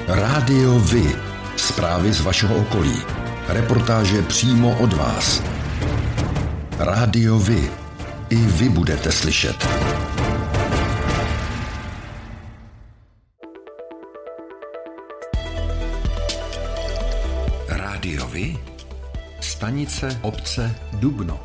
Rádio Vy. Zprávy z vašeho okolí. Reportáže přímo od vás. Rádio Vy. I vy budete slyšet. Rádio Vy. Stanice obce Dubno.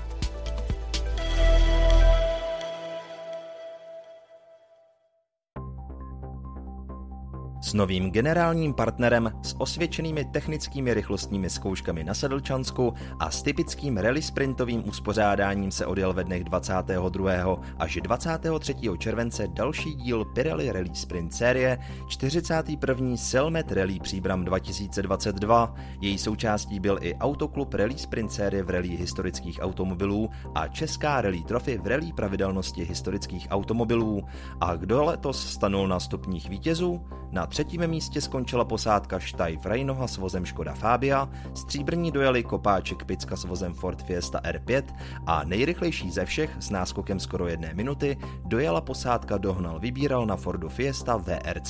S novým generálním partnerem, s osvědčenými technickými rychlostními zkouškami na Sedlčansku a s typickým rally sprintovým uspořádáním se odjel ve dnech 22. až 23. července další díl Pirelli Rally Sprint série 41. Selmet Rally Příbram 2022. Její součástí byl i Autoklub Rally Sprint série v rally historických automobilů a Česká rally trofy v rally pravidelnosti historických automobilů. A kdo letos stanul na stupních vítězů? Na třetím místě skončila posádka Štajf Rajnoha s vozem Škoda Fabia, stříbrní dojeli Kopáček Picka s vozem Ford Fiesta R5 a nejrychlejší ze všech s náskokem skoro 1 minuty dojela posádka Dohnal Vybíral na Fordu Fiesta VRC.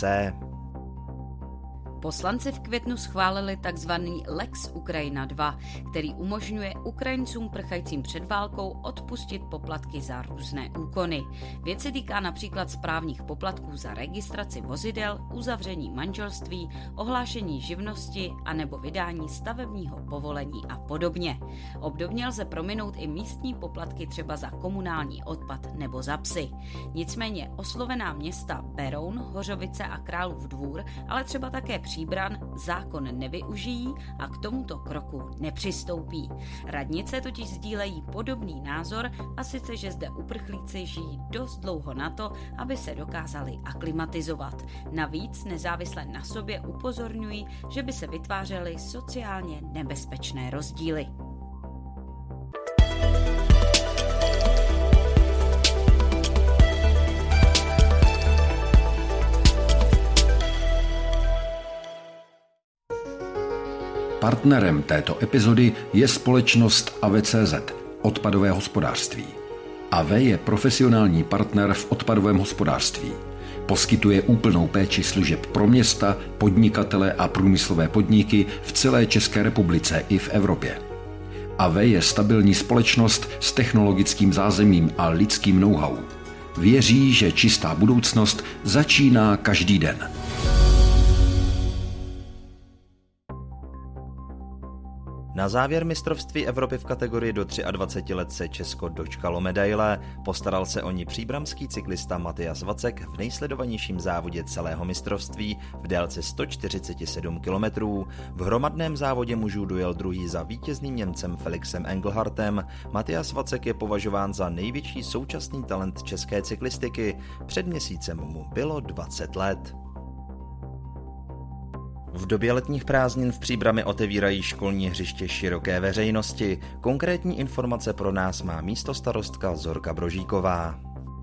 Poslanci v květnu schválili tzv. Lex Ukrajina 2, který umožňuje Ukrajincům prchajícím před válkou odpustit poplatky za různé úkony. Věc se týká například správních poplatků za registraci vozidel, uzavření manželství, ohlášení živnosti anebo vydání stavebního povolení a podobně. Obdobně lze prominout i místní poplatky třeba za komunální odpad nebo za psy. Nicméně oslovená města Beroun, Hořovice a Králův Dvůr, ale třeba také Příbran zákon nevyužijí a k tomuto kroku nepřistoupí. Radnice totiž sdílejí podobný názor, a sice, že zde uprchlíci žijí dost dlouho na to, aby se dokázali aklimatizovat. Navíc nezávisle na sobě upozorňují, že by se vytvářely sociálně nebezpečné rozdíly. Partnerem této epizody je společnost AVE.cz, odpadové hospodářství. AVE je profesionální partner v odpadovém hospodářství. Poskytuje úplnou péči služeb pro města, podnikatele a průmyslové podniky v celé České republice i v Evropě. AVE je stabilní společnost s technologickým zázemím a lidským know-how. Věří, že čistá budoucnost začíná každý den. Na závěr mistrovství Evropy v kategorii do 23 let se Česko dočkalo medaile. Postaral se o ní příbramský cyklista Matyas Vacek v nejsledovanějším závodě celého mistrovství v délce 147 km. V hromadném závodě mužů dojel druhý za vítězným Němcem Felixem Engelhartem. Matyas Vacek je považován za největší současný talent české cyklistiky. Před měsícem mu bylo 20 let. V době letních prázdnin v Příbrami otevírají školní hřiště široké veřejnosti. Konkrétní informace pro nás má místostarostka Zorka Brožíková.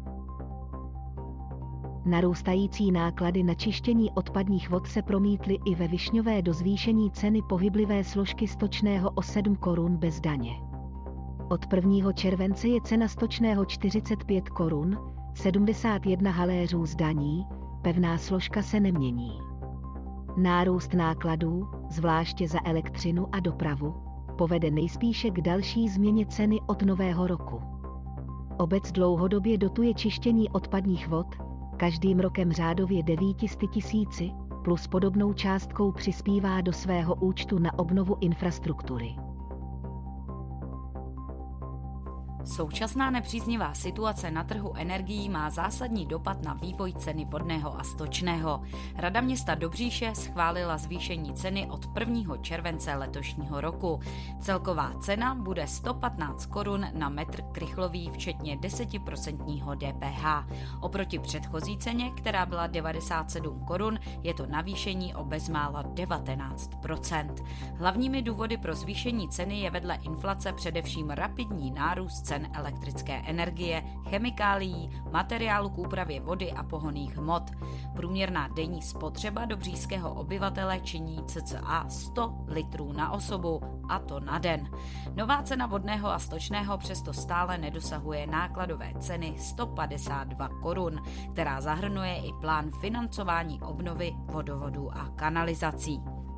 Narůstající náklady na čištění odpadních vod se promítly i ve višňové do zvýšení ceny pohyblivé složky stočného o 7 korun bez daně. Od 1. července je cena stočného 45 korun, 71 haléřů z daní, pevná složka se nemění. Nárůst nákladů, zvláště za elektřinu a dopravu, povede nejspíše k další změně ceny od nového roku. Obec dlouhodobě dotuje čištění odpadních vod, každým rokem řádově 900 000, plus podobnou částkou přispívá do svého účtu na obnovu infrastruktury. Současná nepříznivá situace na trhu energií má zásadní dopad na vývoj ceny vodného a stočného. Rada města Dobříše schválila zvýšení ceny od 1. července letošního roku. Celková cena bude 115 korun na metr krychlový včetně 10% DPH. Oproti předchozí ceně, která byla 97 korun, je to navýšení o bezmála 19%. Hlavními důvody pro zvýšení ceny je vedle inflace především rapidní nárůst cen elektrické energie, chemikálií, materiálu k úpravě vody a pohonných hmot. Průměrná denní spotřeba dobříšského obyvatele činí cca 100 litrů na osobu, a to na den. Nová cena vodného a stočného přesto stále nedosahuje nákladové ceny 152 korun, která zahrnuje i plán financování obnovy vodovodů a kanalizací.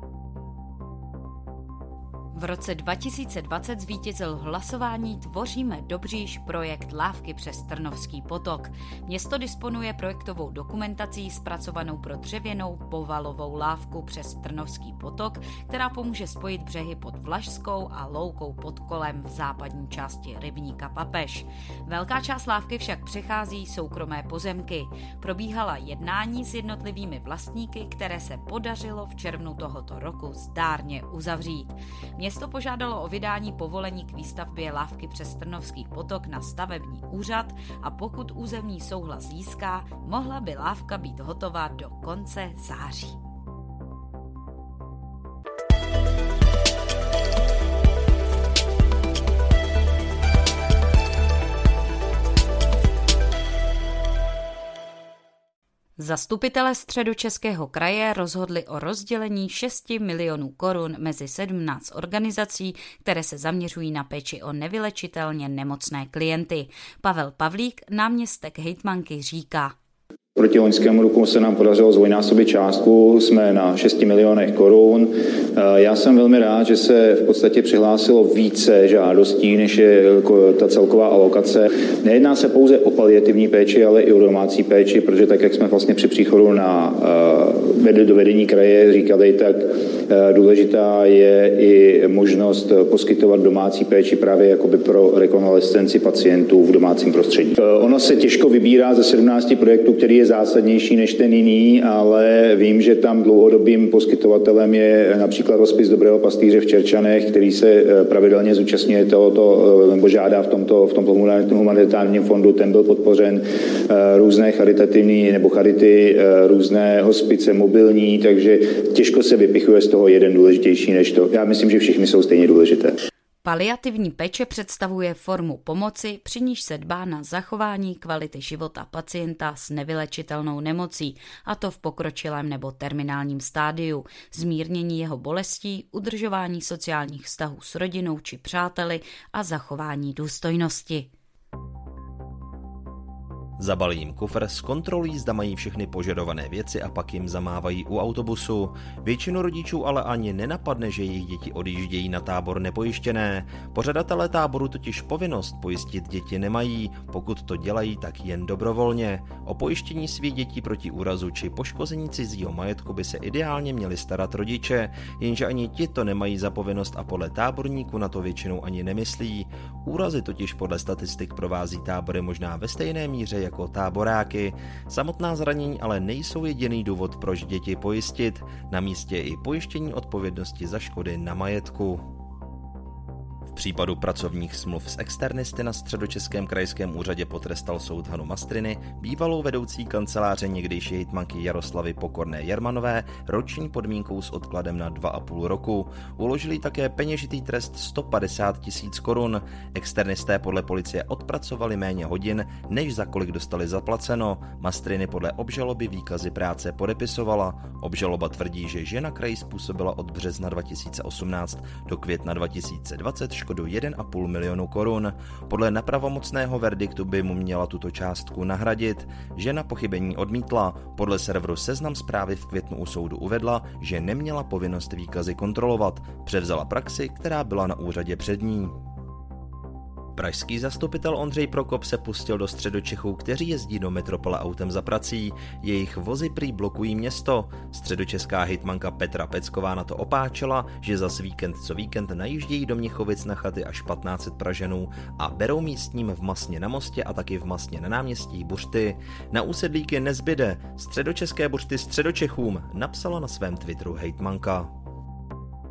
V roce 2020 zvítězil v hlasování Tvoříme Dobříš projekt Lávky přes Trnovský potok. Město disponuje projektovou dokumentací zpracovanou pro dřevěnou povalovou lávku přes Trnovský potok, která pomůže spojit břehy pod Vlašskou a Loukou pod Kolem v západní části rybníka Papež. Velká část lávky však přechází soukromé pozemky. Probíhala jednání s jednotlivými vlastníky, které se podařilo v červnu tohoto roku zdárně uzavřít. Město požádalo o vydání povolení k výstavbě lávky přes Trnovský potok na stavební úřad a pokud územní souhlas získá, mohla by lávka být hotová do konce září. Zastupitelé Středočeského kraje rozhodli o rozdělení 6 milionů korun mezi 17 organizací, které se zaměřují na péči o nevylečitelně nemocné klienty. Pavel Pavlík, náměstek hejtmanky, říká: Proti loňskému roku se nám podařilo zdvojnásobit částku, jsme na 6 milionech korun. Já jsem velmi rád, že se v podstatě přihlásilo více žádostí, než je ta celková alokace. Nejedná se pouze o paliativní péči, ale i o domácí péči, protože tak, jak jsme vlastně při příchodu do vedení kraje říkali, tak důležitá je i možnost poskytovat domácí péči právě jakoby pro rekonvalescenci pacientů v domácím prostředí. Ono se těžko vybírá ze 17 projektů, který je zásadnější než ten jiný, ale vím, že tam dlouhodobým poskytovatelem je například Hospic Dobrého pastýře v Čerčanech, který se pravidelně zúčastňuje tohoto, nebo žádá v tomto humanitárním fondu. Ten byl podpořen různé charitativní nebo charity, různé hospice mobilní, takže těžko se vypichuje z toho jeden důležitější než to. Já myslím, že všichni jsou stejně důležité. Paliativní péče představuje formu pomoci, při níž se dbá na zachování kvality života pacienta s nevylečitelnou nemocí, a to v pokročilém nebo terminálním stádiu, zmírnění jeho bolestí, udržování sociálních vztahů s rodinou či přáteli a zachování důstojnosti. Zabalí jim kufr, zkontrolují, zda mají všechny požadované věci a pak jim zamávají u autobusu. Většinu rodičů ale ani nenapadne, že jejich děti odjíždějí na tábor nepojištěné. Pořadatelé táboru totiž povinnost pojistit děti nemají, pokud to dělají, tak jen dobrovolně. O pojištění svých dětí proti úrazu či poškození cizího majetku by se ideálně měli starat rodiče, jenže ani ti to nemají za povinnost a podle táborníků na to většinou ani nemyslí. Úrazy totiž podle statistik provází tábory možná ve stejné míře jako táboráky. Samotná zranění ale nejsou jediný důvod, proč děti pojistit. Na místě je i pojištění odpovědnosti za škody na majetku. V případu pracovních smluv s externisty na Středočeském krajském úřadě potrestal soud Hanu Mastriny, bývalou vedoucí kanceláře někdejší hejtmanky Jaroslavy Pokorné Jermanové, roční podmínkou s odkladem na 2,5 roku. Uložili také peněžitý trest 150 000 korun. Externisté podle policie odpracovali méně hodin, než za kolik dostali zaplaceno. Mastriny podle obžaloby výkazy práce podepisovala. Obžaloba tvrdí, že žena kraji způsobila od března 2018 do května 2020 škodu 1,5 milionu korun. Podle nepravomocného verdiktu by mu měla tuto částku nahradit. Žena pochybení odmítla. Podle serveru Seznam Zprávy v květnu u soudu uvedla, že neměla povinnost výkazy kontrolovat. Převzala praxi, která byla na úřadě před ní. Pražský zastupitel Ondřej Prokop se pustil do Středočechů, kteří jezdí do metropole autem za prací. Jejich vozy prý blokují město. Středočeská hejtmanka Petra Pecková na to opáčela, že zas víkend co víkend najíždějí do Měchovic na chaty až 1500 Pražanů a berou místním v Masně na mostě a taky v Masně na náměstí buřty. Na úsedlíky nezbyde. Středočeské buřty Středočechům, napsala na svém Twitteru hejtmanka.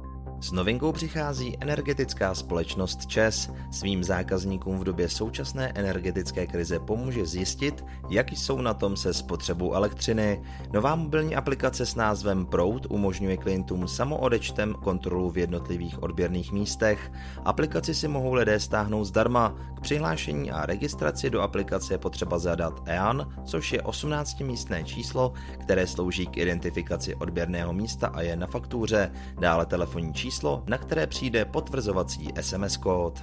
S novinkou přichází energetická společnost ČEZ. Svým zákazníkům v době současné energetické krize pomůže zjistit, jak jsou na tom se spotřebou elektřiny. Nová mobilní aplikace s názvem Proud umožňuje klientům samoodečtem kontrolu v jednotlivých odběrných místech. Aplikaci si mohou lidé stáhnout zdarma. K přihlášení a registraci do aplikace je potřeba zadat EAN, což je 18místné číslo, které slouží k identifikaci odběrného místa a je na faktuře. Dále telefonní číslo, na které přijde potvrzovací SMS kód.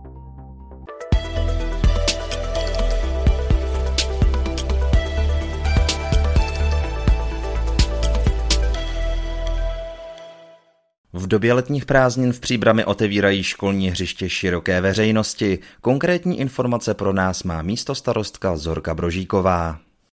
V době letních prázdnin v Příbrami otevírají školní hřiště široké veřejnosti. Konkrétní informace pro nás má místostarostka Zorka Brožíková.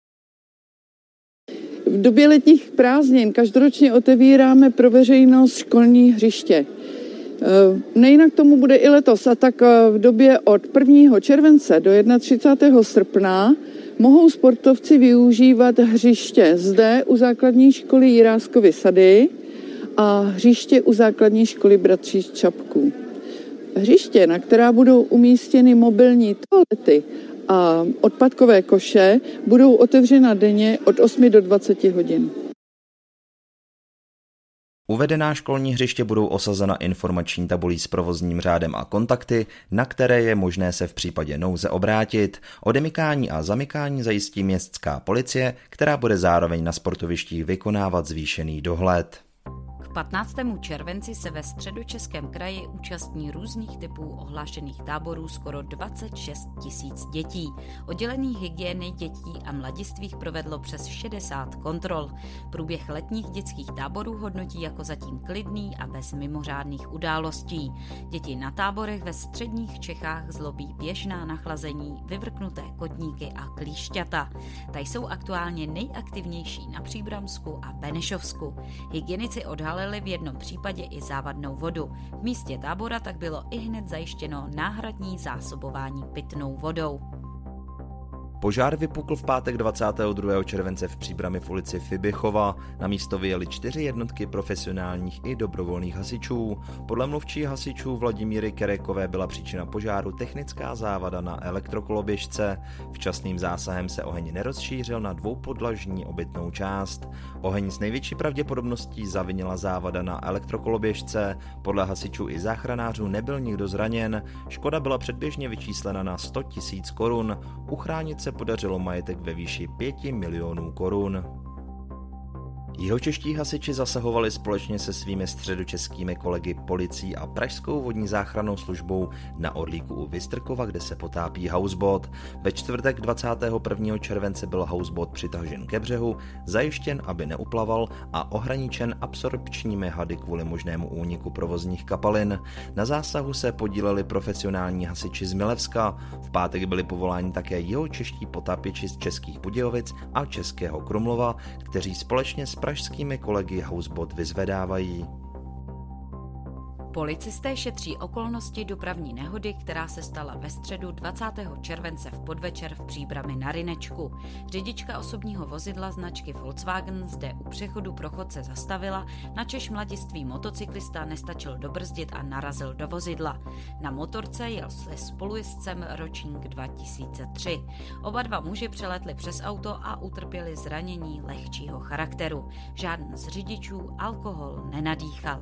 V době letních prázdnin každoročně otevíráme pro veřejnost školní hřiště. Nejinak tomu bude i letos, a tak v době od 1. července do 31. srpna mohou sportovci využívat hřiště zde u základní školy Jiráskovy sady a hřiště u základní školy Bratří Čapků. Hřiště, na která budou umístěny mobilní toalety a odpadkové koše, budou otevřena denně od 8 do 20 hodin. Uvedená školní hřiště budou osazena informační tabulí s provozním řádem a kontakty, na které je možné se v případě nouze obrátit. Odemykání a zamykání zajistí městská policie, která bude zároveň na sportovištích vykonávat zvýšený dohled. K 15. červenci se ve Středočeském kraji účastní různých typů ohlášených táborů skoro 26 000 dětí. Oddělení hygieny dětí a mladistvých provedlo přes 60 kontrol. Průběh letních dětských táborů hodnotí jako zatím klidný a bez mimořádných událostí. Děti na táborech ve středních Čechách zlobí běžná nachlazení, vyvrknuté kotníky a klíšťata. Ta jsou aktuálně nejaktivnější na Příbramsku a Benešovsku. Hygienici odhalili v jednom případě i závadnou vodu. V místě tábora tak bylo ihned zajištěno náhradní zásobování pitnou vodou. Požár vypukl v pátek 22. července v Příbrami v ulici Fibichova. Na místo vyjeli 4 jednotky profesionálních i dobrovolných hasičů. Podle mluvčí hasičů Vladimíry Kerekové byla příčina požáru technická závada na elektrokoloběžce. Včasným zásahem se oheň nerozšířil na dvoupodlažní obytnou část. Oheň s největší pravděpodobností zavinila závada na elektrokoloběžce. Podle hasičů i záchranářů nebyl nikdo zraněn. Škoda byla předběžně vyčíslena na 100 000 korun. Uchránit se podařilo majetek ve výši 5 milionů korun. Jihočeští hasiči zasahovali společně se svými středočeskými kolegy policií a pražskou vodní záchrannou službou na Orlíku u Vystrkova, kde se potápí houseboat. Ve čtvrtek 21. července byl houseboat přitažen ke břehu, zajištěn, aby neuplaval a ohraničen absorpčními hady kvůli možnému úniku provozních kapalin. Na zásahu se podíleli profesionální hasiči z Milevska. V pátek byli povoláni také jihočeští potápěči z Českých Budějovic a Českého Krumlova, kteří společně s pražskými kolegy houseboat vyzvedávají. Policisté šetří okolnosti dopravní nehody, která se stala ve středu 20. července v podvečer v Příbrami na Rynečku. Řidička osobního vozidla značky Volkswagen zde u přechodu pro chodce zastavila, načež mladistvý motocyklista nestačil dobrzdit a narazil do vozidla. Na motorce jel se spolujezdcem ročník 2003. Oba dva muži přeletli přes auto a utrpěli zranění lehčího charakteru. Žádný z řidičů alkohol nenadýchal.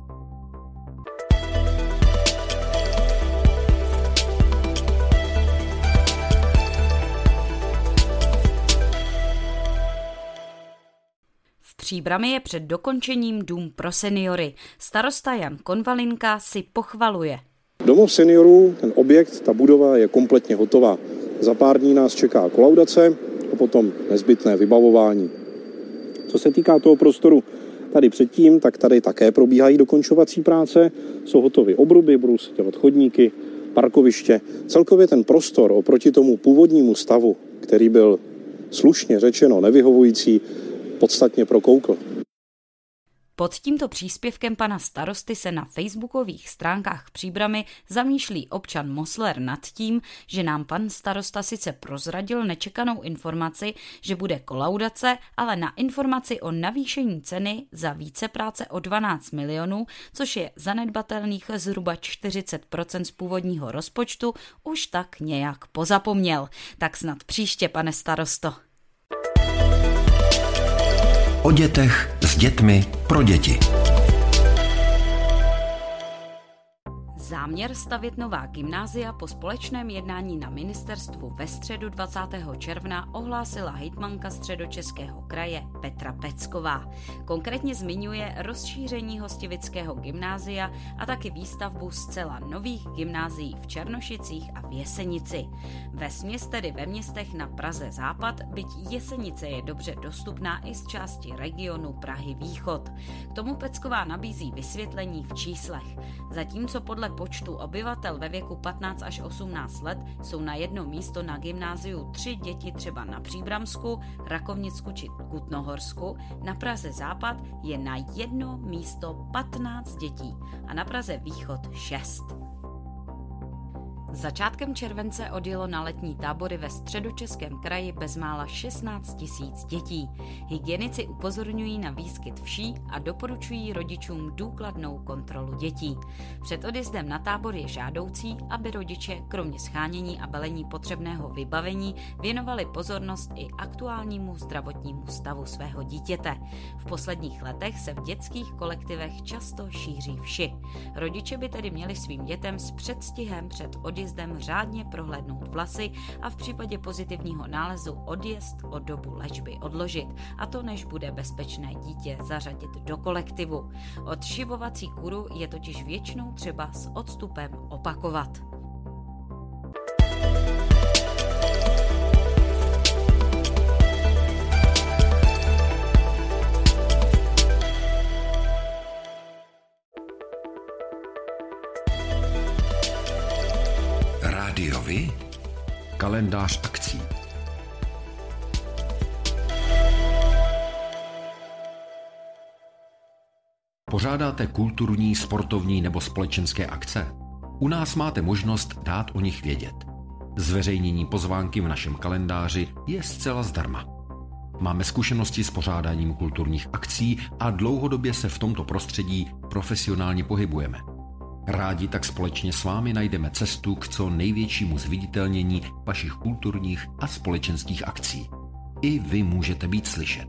V Příbrami je před dokončením dům pro seniory. Starosta Jan Konvalinka si pochvaluje. Domov seniorů, ten objekt, ta budova je kompletně hotová. Za pár dní nás čeká kolaudace a potom nezbytné vybavování. Co se týká toho prostoru tady předtím, tak tady také probíhají dokončovací práce. Jsou hotové obruby, budou se dělat chodníky, parkoviště. Celkově ten prostor oproti tomu původnímu stavu, který byl slušně řečeno nevyhovující, podstatně prokoukl. Pod tímto příspěvkem pana starosty se na facebookových stránkách Příbrami zamýšlí občan Mosler nad tím, že nám pan starosta sice prozradil nečekanou informaci, že bude kolaudace, ale na informaci o navýšení ceny za vícepráce o 12 milionů, což je zanedbatelných zhruba 40% z původního rozpočtu, už tak nějak pozapomněl. Tak snad příště, pane starosto. O dětech, s dětmi, pro děti. Záměr stavět nová gymnázia po společném jednání na ministerstvu ve středu 20. června ohlásila hejtmanka Středočeského kraje Petra Pecková. Konkrétně zmiňuje rozšíření Hostivického gymnázia a taky výstavbu zcela nových gymnázií v Černošicích a v Jesenici. Vesměs tedy ve městech na Praze Západ, byť Jesenice je dobře dostupná i z části regionu Prahy Východ. K tomu Pecková nabízí vysvětlení v číslech. Zatímco podle počtu obyvatel ve věku 15 až 18 let jsou na jedno místo na gymnáziu 3 děti třeba na Příbramsku, Rakovnicku či Kutnohorsku, na Praze Západ je na jedno místo 15 dětí a na Praze Východ 6. Začátkem července odjelo na letní tábory ve Středočeském kraji bezmála 16 000 dětí. Hygienici upozorňují na výskyt vší a doporučují rodičům důkladnou kontrolu dětí. Před odjezdem na tábor je žádoucí, aby rodiče kromě shánění a balení potřebného vybavení věnovali pozornost i aktuálnímu zdravotnímu stavu svého dítěte. V posledních letech se v dětských kolektivech často šíří vši. Rodiče by tedy měli svým dětem s předstihem před odjezdem řádně prohlédnout vlasy a v případě pozitivního nálezu odjezd o dobu léčby odložit, a to než bude bezpečné dítě zařadit do kolektivu. Odšivovací kuru je totiž většinou třeba s odstupem opakovat. Rádiovi? Kalendář akcí. Pořádáte kulturní, sportovní nebo společenské akce? U nás máte možnost dát o nich vědět. Zveřejnění pozvánky v našem kalendáři je zcela zdarma. Máme zkušenosti s pořádáním kulturních akcí a dlouhodobě se v tomto prostředí profesionálně pohybujeme. Rádi tak společně s vámi najdeme cestu k co největšímu zviditelnění vašich kulturních a společenských akcí. I vy můžete být slyšet.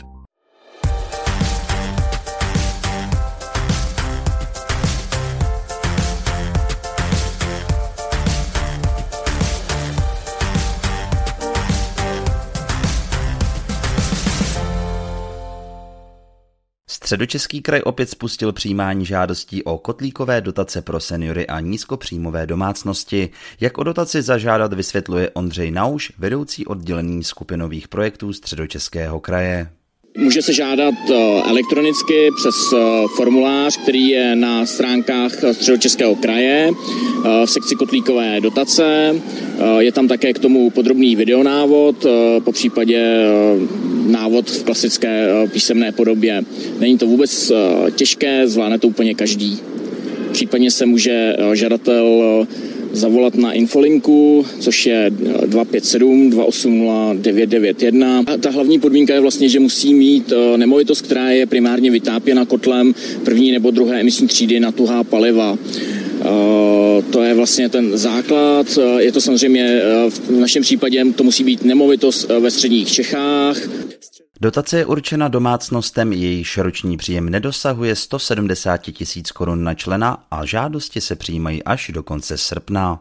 Středočeský kraj opět spustil přijímání žádostí o kotlíkové dotace pro seniory a nízkopříjmové domácnosti. Jak o dotaci zažádat, vysvětluje Ondřej Nauš, vedoucí oddělení skupinových projektů Středočeského kraje. Může se žádat elektronicky přes formulář, který je na stránkách Středočeského kraje v sekci kotlíkové dotace. Je tam také k tomu podrobný videonávod, popřípadě návod v klasické písemné podobě. Není to vůbec těžké, zvládne to úplně každý. Případně se může žadatel zavolat na infolinku, což je 257 280 991. A ta hlavní podmínka je vlastně, že musí mít nemovitost, která je primárně vytápěna kotlem první nebo druhé emisní třídy na tuhá paliva. To je vlastně ten základ. Je to samozřejmě v našem případě, to musí být nemovitost ve středních Čechách. Dotace je určena domácnostem, jejíž roční příjem nedosahuje 170 000 korun na člena a žádosti se přijímají až do konce srpna.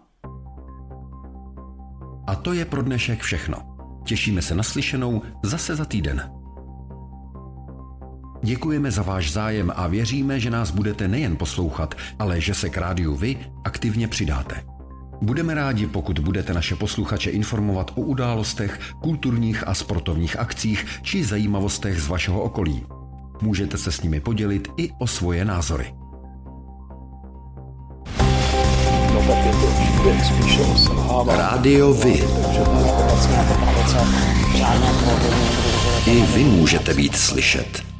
A to je pro dnešek všechno. Těšíme se na slyšenou zase za týden. Děkujeme za váš zájem a věříme, že nás budete nejen poslouchat, ale že se k rádiu vy aktivně přidáte. Budeme rádi, pokud budete naše posluchače informovat o událostech, kulturních a sportovních akcích či zajímavostech z vašeho okolí. Můžete se s nimi podělit i o svoje názory. Rádio Vy. I vy můžete být slyšet.